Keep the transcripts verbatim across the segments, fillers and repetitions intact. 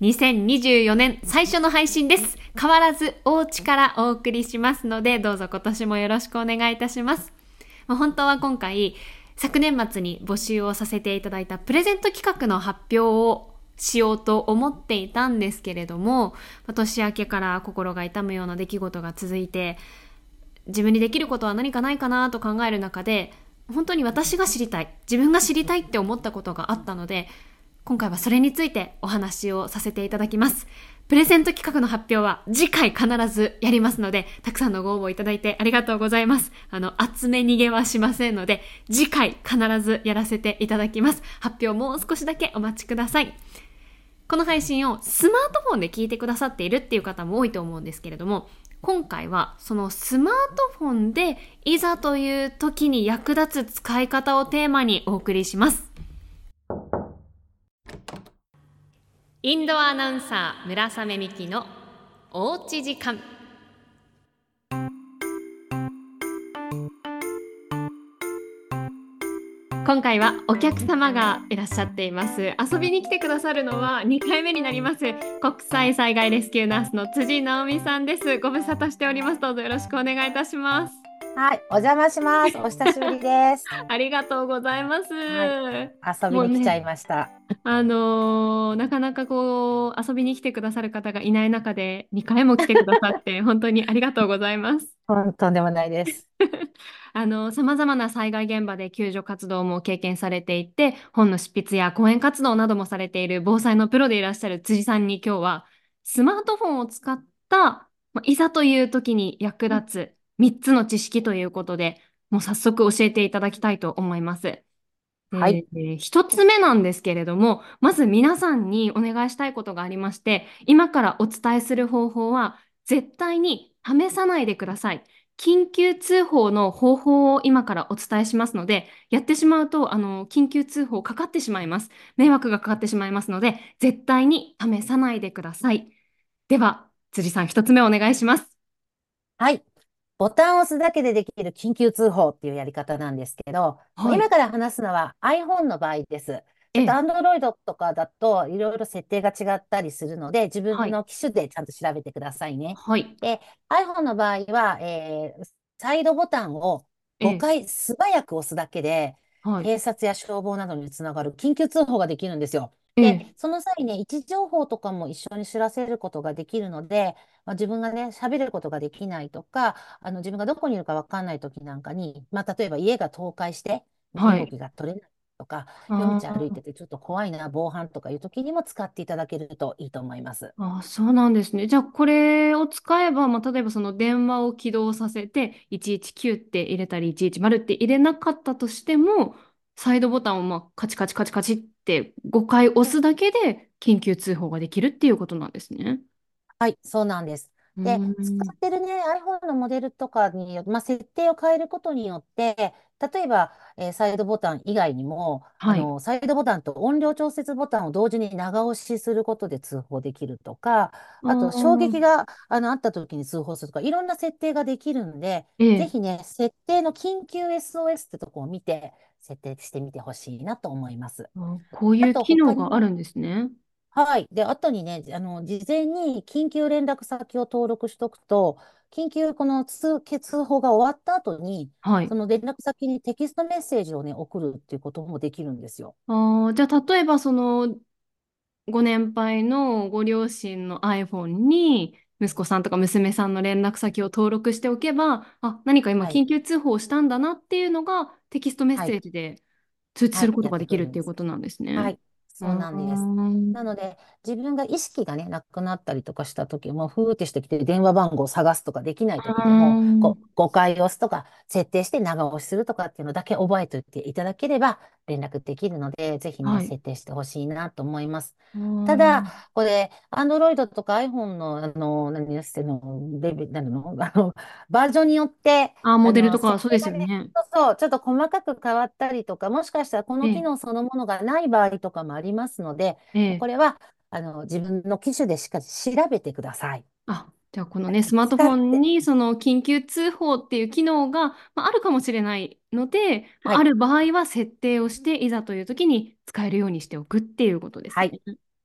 にせんにじゅうよねん最初の配信です。変わらずお家からお送りしますので、どうぞ今年もよろしくお願いいたします。まあ、本当は今回、昨年末に募集をさせていただいたプレゼント企画の発表をしようと思っていたんですけれども、年明けから心が痛むような出来事が続いて、自分にできることは何かないかなと考える中で、本当に私が知りたい、自分が知りたいって思ったことがあったので、今回はそれについてお話をさせていただきます。プレゼント企画の発表は次回必ずやりますので、たくさんのご応募いただいてありがとうございます。あの、集め逃げはしませんので、次回必ずやらせていただきます。発表もう少しだけお待ちください。この配信をスマートフォンで聞いてくださっているっていう方も多いと思うんですけれども、今回はそのスマートフォンでいざという時に役立つ使い方をテーマにお送りします。インドアナウンサー村雨美希のおうち時間。今回はお客様がいらっしゃっています。遊びに来てくださるのはにかいめになります。国際災害レスキューナースの辻直美さんです。ご無沙汰しております。どうぞよろしくお願いいたします。 はい、お邪魔します。お久しぶりです。 ありがとうございます。 はい、遊びもうね、 に来ちゃいました。 あのーなかなかこう遊びに来てくださる方がいない中でにかいも来てくださって本当にありがとうございます。 とんとんでもないです。 あの、様々な災害現場で救助活動も経験されていて、本の執筆や講演活動などもされている防災のプロでいらっしゃる辻さんに今日は、スマートフォンを使った、まあいざという時に役立つみっつの知識ということで、もう早速教えていただきたいと思います。 はい、 で、一つ目なんですけれども、まず皆さんにお願いしたいことがありまして、今からお伝えする方法は、絶対に試さないでください。緊急通報の方法を今からお伝えしますので、やってしまうと、あの、緊急通報かかってしまいます。迷惑がかかってしまいますので、絶対に試さないでください。では、辻さん、一つ目お願いします。 はい。ボタンを押すだけでできる緊急通報っていうやり方なんですけど、まあはい。 今から話すのは iPhone の場合です。ちょっとええ、 Android とかだといろいろ設定が違ったりするので、自はい。 分の機種でちゃんと調べてくださいね。 はい。 で、iPhone の場合は、えーサイドボタンを5 ええ、 回素早く押すだけで、 はい。 警察や消防などにつながる緊急通報ができるんですよ。で、 ええ、 その際ね、位置情報とかも一緒に知らせることができるので、まあ、自分がね、喋ることができないとか、あの自分がどこにいるかわかんない時なんかに、まあ、例えば家が倒壊して身動はい。 きが取れないとか、夜道歩いてあてちょっと怖いな、防犯とかいう時にも使っていただけるといいと思います。 あ、そうなんですね。じゃあ、これを使えば、まあ、例えばその電話を起動させて、いちいちきゅうって入れたり、いちいちまるって入れなかったとしても、サイドボタンをまあカチカチカチカチってごかい押すだけで緊急通報ができるっていうことなんですね。 はい、そうなんです。 うーで、使ん。 ってるね、iPhone のモデルとかによって、まあ、設定を変えることによって、例えば、えーサイドボタン以外にも、あはい。 の、サイドボタンと音量調節ボタンを同時に長押しすることで通報できるとか、 ああと、衝撃あ、 が、あの、あった時に通報するとか、いろんな設定ができるんで、 ええ。 ぜひね、設定の緊急 エスオーエス ってとこを見て、設定してみてほしいなと思います。 あ、こういうあと、 機能他にも、 があるんですね。 はい。で、後にね、あの、事前に緊急連絡先を登録しとくと、緊急この通、通報が終わった後に、 はい。 その連絡先にテキストメッセージをね、送るっていうこともできるんですよ。 ああ、じゃあ、例えばその、ご年配のご両親の iPhone に息子さんとか娘さんの連絡先を登録しておけば、あ、何か今はい。 緊急通報したんだなっていうのがテキストメッはい。 セージで通知すはい。 ることがでやってくるんです。 きるっていうことなんですね。 はい。 うーそうなんです。 ん。 なので、自分が意識がね、なくなったりとかした時も、ふーってしてきて電話番号を探すとかできないうー時でも、こん。 う、ごかい押すとか、設定して長押しするとかっていうのだけ覚えておいていただければ連絡できるので、ぜひね、 はい。 設定してほしいなと思います。 うーただ、 ん。 これ、Android とか iPhone の、あの、何ですの、レベル、何の、あの、バージョンによって、 あ、モあの、 デルとかそうで設定がね、 すよね。 そうそう、ちょっと細かく変わったりとか、もしかしたらこの機ええ、 能そのものがない場合とかもありますので、 ええ。 これは、あの、自分の機種でしっかり調べてください。 あ、じゃあこのね、スマートフォン使って、 にその緊急通報っていう機能が、まあ、あるかもしれないので、まあ、あはい、 る場合は設定をして、いざという時に使えるようにしておくっていうことですはい。 ね。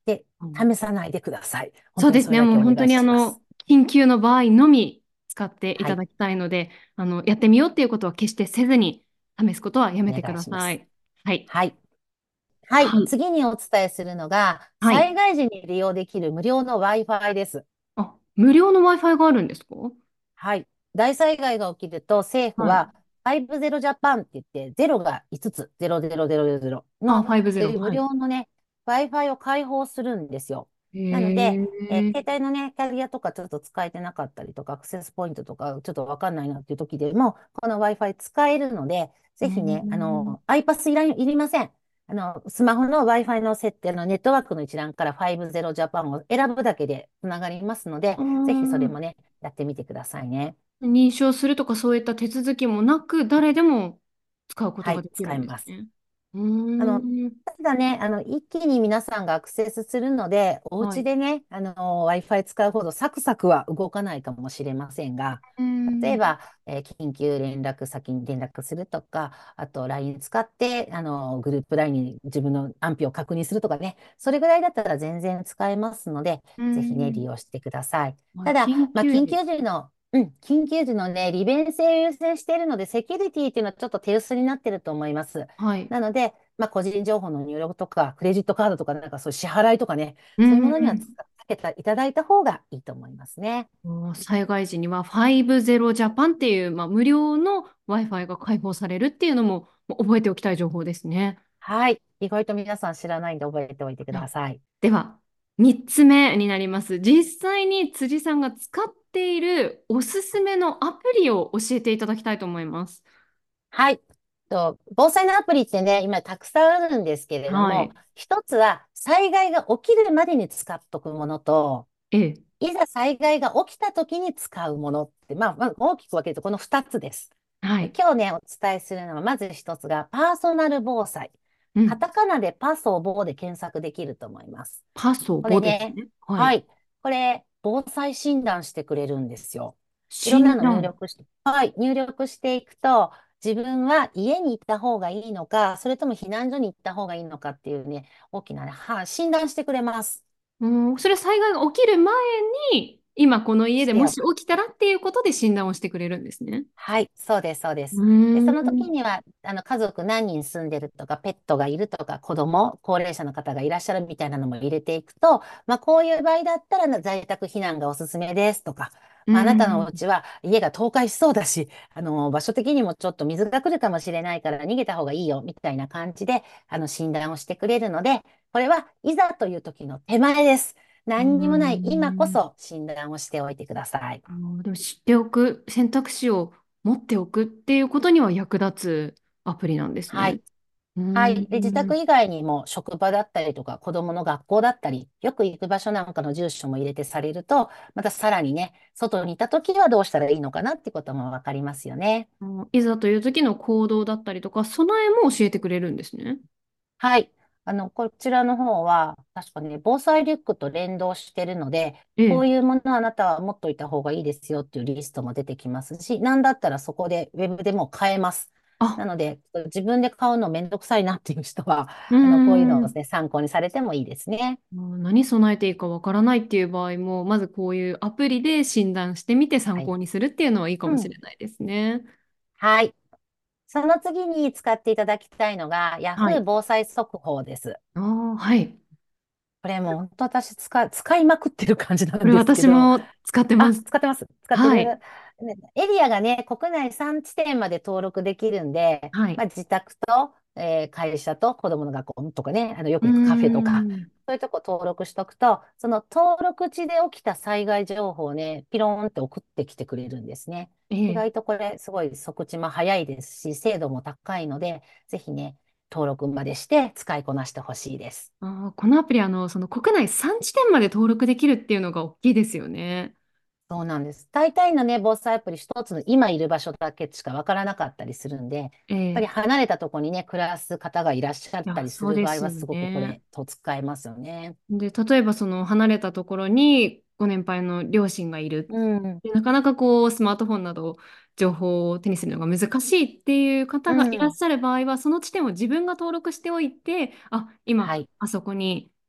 で、 うん、 試さないでください。本そうですね。 当にそれだけもう本当お願いにあの、 します。 緊急の場合のみ使っていはい。 ただきたいので、あの、やってみようっていうことは決してせずに、試すことはやおめてく願いします。 ださい。はい。 はい。はい。 はい。 次にお伝えするのが、 はい。 災害時に利用できる無料の Wi-Fi です。 あ、無料の Wi-Fi があるんですか？ はい。大災害が起きると政府はい。 はファイブゼロジャパンって言って、ゼロがいつつ、ゼロゼロゼロゼロあ、 の、そういごじゅう。 う無はい。 料のね、Wi-Fi を開放するんですよ。 へなので、えーえ。 携帯のね、キャリアとかちょっと使えてなかったりとか、アクセスポイントとかちょっとわかんないなっていう時でも、この Wi-Fi 使えるので、 うぜひね、あん。 の、アイパスいらん、いりません。あの、スマホの Wi-Fi の設定のネットワークの一覧からファイブゼロジャパンを選ぶだけでつながりますので、 あぜひそれー、 もね、やってみてくださいね。 認証するとかそういった手続きもなく、誰でも使うことはい、 ができる使えます。 んですね。うあの、 ーん。 ただね、あの、一気に皆さんがアクセスするので、おはい。 家でね、あの、Wi-Fi 使うほどサクサクは動かないかもしれませんが、 うーん。 例えば、えー緊急連絡先に連絡するとか、あと ライン 使って、あの、グループ ライン に自分の安否を確認するとかね、それぐらいだったら全然使えますので、 うーぜひね、利ん。 用してください。 まあ、 ただ、 緊まあ、緊急時。 急時の、うん、緊急時のね、利便性を優先しているので、セキュリティっていうのはちょっと手薄になってると思います。 はい。 なので、まあ、個人情報の入力とか、クレジットカードとか、なんかそういう支払いとかね、 うそういうものにはん。 つ避けていただいた方がいいと思いますね。 もう災害時にはファイブゼロジャパンっていう、まあ、無料の Wi-Fi が開放されるっていうのももう覚えておきたい情報ですね。 はい。意外と皆さん知らないんで覚えておいてくはい。 ださい。 では、みっつめになります。実際に辻さんが使っているおすすめのアプリを教えていただきたいと思います。 はい。と、防災のアプリってね、今たくさんあるんですけれども、 はい。 一つは災害が起きるまでに使っとくものと、 ええ。 いざ災害が起きた時に使うものって、まあ、まあ、大きく分けるとこの二つです。 はい。 で今日ね、お伝えするのは、まず一つがパーソナル防災。 うん。 カタカナでパソボで検索できると思います。 パソこれね、 ボですね。はい。 はい。これ、防災診断してくれるんですよ。いろんなの入診断。 力して、はい、入力していくと、自分は家に行った方がいいのか、それとも避難所に行った方がいいのかっていうね、大きなね、は、診断してくれます。 うん、それ災害が起きる前に、今この家でもししておく。 起きたらっていうことで診断をしてくれるんですね。 はい、そうです、そうでうす。で、そのーん。 時には、あの、家族何人住んでるとか、ペットがいるとか、子供、高齢者の方がいらっしゃるみたいなのも入れていくと、まあ、こういう場合だったら、在宅避難がおすすめですとか、 うまあ、あなたのおん。 家は家が倒壊しそうだし、あの、場所的にもちょっと水が来るかもしれないから逃げた方がいいよ、みたいな感じで、あの、診断をしてくれるので、これはいざという時の手前です。 う何にもない今こん。 そ診断をしておいてください。 あー、でも知っておく、選択肢を持っておくっていうことには役立つアプリなんですね。 はい。 うーはい。で、自宅ん。 以外にも職場だったりとか、子供の学校だったり、よく行く場所なんかの住所も入れてされると、またさらにね、外にいた時はどうしたらいいのかなってこともわかりますよね。 あー、いざという時の行動だったりとか、備えも教えてくれるんですね。 はい。あの、こちらの方は、確かね、防災リュックと連動してるので、 ええ。 こういうものあなたは持っといた方がいいですよっていうリストも出てきますし、なんだったらそこでウェブでも買えます。なあ、 ので、自分で買うのめんどくさいなっていう人は、 うーあの、こういうのをん。 ね、参考にされてもいいですね。 あー、何備えていいかわからないっていう場合も、まずこういうアプリで診断してみて参はい。 考にするっていうのはいいかもしれうん。 ないですね。 はい。その次に使っていただきたいのが、 はい。 Yahoo 防災速報です。 ああ、はい。 これもう本当私使い、使いまくってる感じなんこれですけど、 私も使ってまあ、 す。 使ってます。使ってくはい。 れる。ねエリアがね、国内さん地点まで登録できるんで、 はい。 まあ、自宅と、えー会社と子供の学校とかね、あのようーく行くカフェとか、 ん。 そういうとこ登録しとくと、その登録地で起きた災害情報をね、ピローンって送ってきてくれるんですね。意ええ。 外とこれ、すごい速地も早いですし、精度も高いので、ぜひね、登録までして使いこなしてほしいです。 あー、このアプリ、あの、その国内さん地点まで登録できるっていうのが大きいですよね。 そうなんです。大体のね、防災アプリ一つの今いる場所だけしかわからなかったりするんで、やっえぱりえ。 離れたところにね、暮らす方がいらっしゃっいや、 たりすそうですよる場合は、すごくこね。 れ、と使えますよね。 で、例えばその離れたところにご年配の両親がいる。 うん、 でなかなかこうスマートフォンなど情報を手にするのが難しいっていう方がいらっうん、 しゃる場合は、その地点を自分が登録しておいて、あ、今はい、 あそこに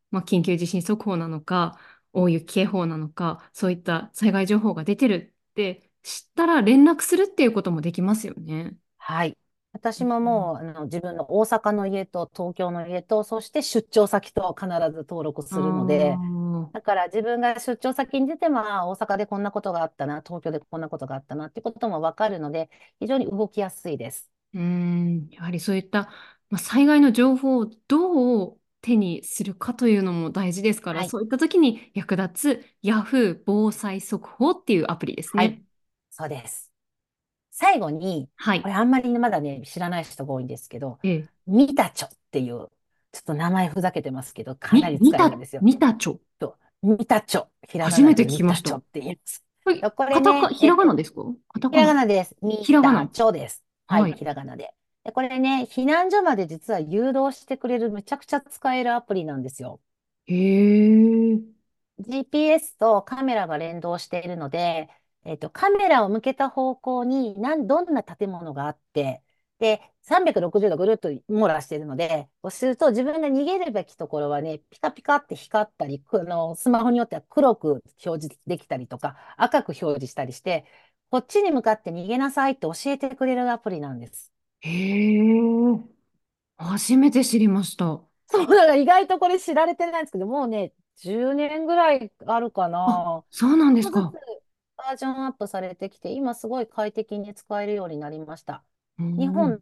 まあ、緊急地震速報なのか、大雪警報なのか、そういった災害情報が出てるって知ったら連絡するっていうこともできますよね。 はい。 う私もん。 もう、あの、自分の大阪の家と東京の家と、そして出張先と必ず登録あするので、 あ、 だから自分が出張先に出ても、あ大阪でこんなことがあったな、東京でこんなことがあったなってこともわかるので、非常に動きやすいです。 うん、やはりそういった、まあ、災害の情報をどう手にするかというのも大事ですから、 はい。 そういった時に役立つ Yahoo 防災速報っていうアプリですはい。 ね。 そうです。最後に、 はい。 これあんまりまだね、知らない人が多いんですけど、 ええ。 ミタチョっていう、ちょっと名前ふざけてますけど、かなみ、 り見た、 使えるんですよ。 見たちょ。 と、ミタチョ。ひらが初めて聞なでミきました。 タチョって言います。 はい。 これカタカ、 ね、 ひえっと、 らがなですか？カタひらがカナ。 なです。ミタひらがな。 チョです。はい、 はい。 ひらがなで。で、これね、避難所まで実は誘導してくれるめちゃくちゃ使えるアプリなんですよ。 へえ。 ジーピーエス とカメラが連動しているので、えっと、カメラを向けた方向になんどんな建物があって、で、さんびゃくろくじゅうどぐるっと網羅しているので、そうすると自分が逃げるべきところはね、ピカピカって光ったり、くあの、スマホによっては黒く表示できたりとか、赤く表示したりして、こっちに向かって逃げなさいって教えてくれるアプリなんです。 へえ。初めて知りました。 そう、だから意外とこれ知られてないんですけど、もうね、じゅうねんぐらいあるかあ、 な。 そうなんちょっとずつですか。 バージョンアップされてきて、今すごい快適に使えるようになりました。 うん。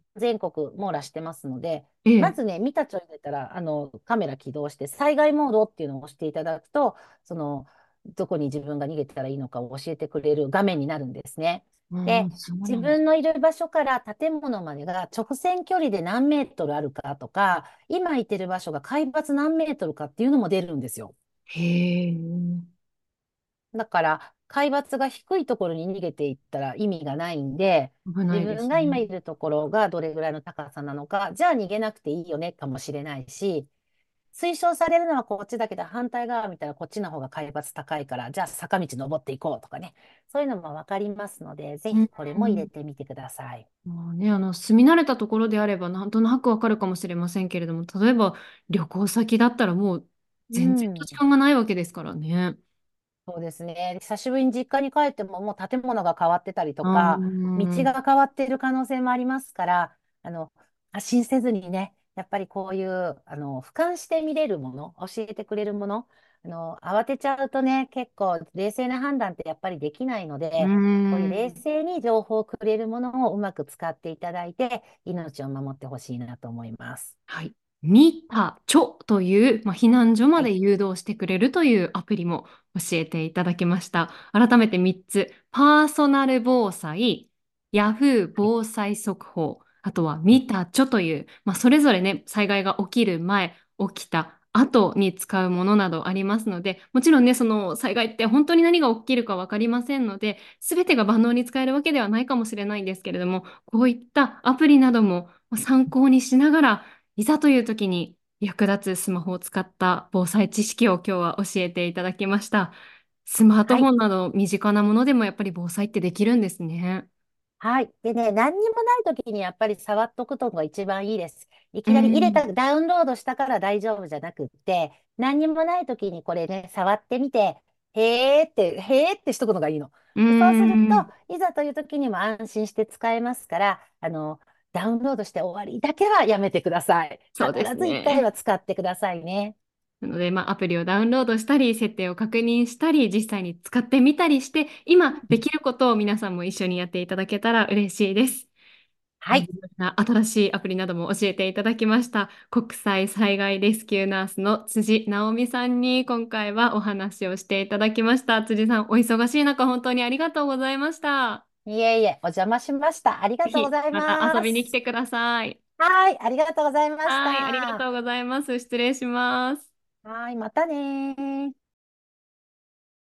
日本全国網羅してますので、 ええ。 まずね、見たちょ入れたら、あの、カメラ起動して、災害モードっていうのを押していただくと、その、どこに自分が逃げてたらいいのかを教えてくれる画面になるんですね。で、 ああ、そう自なんです。 分のいる場所から建物までが直線距離で何メートルあるかとか、今いてる場所が海抜何メートルかっていうのも出るんですよ。 へえ。 だから、海抜が低いところに逃げていったら意味がないんで、 危ないで自分が今すね。 いるところがどれぐらいの高さなのか、じゃあ逃げなくていいよねかもしれないし、推奨されるのはこっちだけど、反対側見たらこっちの方が海抜高いから、じゃあ坂道登っていこうとかね。そういうのもわかりますので、ぜうん。 ひこれも入れてみてください。 まあね、あの、住み慣れたところであれば、なんとなくわかるかもしれませんけれども、例えば旅行先だったらもうう全然土地ん。 勘がないわけですからね。 そうですね。久しぶりに実家に帰っても、もう建物が変わってたりとあか、道ー。 が変わっている可能性もありますから、あの、発信せずにね、やっぱりこういう、あの、俯瞰して見れるもの、教えてくれるもの、あの、慌てちゃうとね、結構冷静な判断ってやっぱりできないのうーで、こういう冷ん。 静に情報をくれるものをうまく使っていただいて、命を守ってほしいなと思います。 はい。ミタチョという、まあ、避難所まはい。 で誘導してくれるというアプリも教えていただきました。改めてみっつ。パーソナル防災、ヤフーはい。 防災速報、あとははい。 ミタチョという、まあ、それぞれね、災害が起きる前、起きた後に使うものなどありますので、もちろんね、その災害って本当に何が起きるか分かりませんので、すべてが万能に使えるわけではないかもしれないんですけれども、こういったアプリなども参考にしながら、いざという時に役立つスマホを使った防災知識を今日は教えていただきました。スマートはい。 フォンなど身近なものでもやっぱり防災ってできるんですね。 はい。でね、何にもない時にやっぱり触っとくのが一番いいです。いうきなり入れん。 た、ダウンロードしたから大丈夫じゃなくって、何にもない時にこれね、触ってみて、へーって、へーってしとくのがいいの。 うでそうすると、 ん。 いざという時にも安心して使えますから、あの、ダウンロードして終わりだけはやめてください。 そうです必ず一回ね。 は使ってくださいね。 なので、まあ、アプリをダウンロードしたり、設定を確認したり、実際に使ってみたりして、今できることを皆さんも一緒にやっていただけたら嬉しいです。えー、 はい。 いろんな新しいアプリなども教えていただきました。国際災害レスキューナースの辻直美さんに今回はお話をしていただきました。辻さん、お忙しい中、本当にありがとうございました。 いえいえ、お邪魔しました。ありがとうごぜひ、 ざいまた遊びに来ます。 てください。 はい、ありがとうございましはい、ありがた。 とうございます。失礼します。 はい、またねー。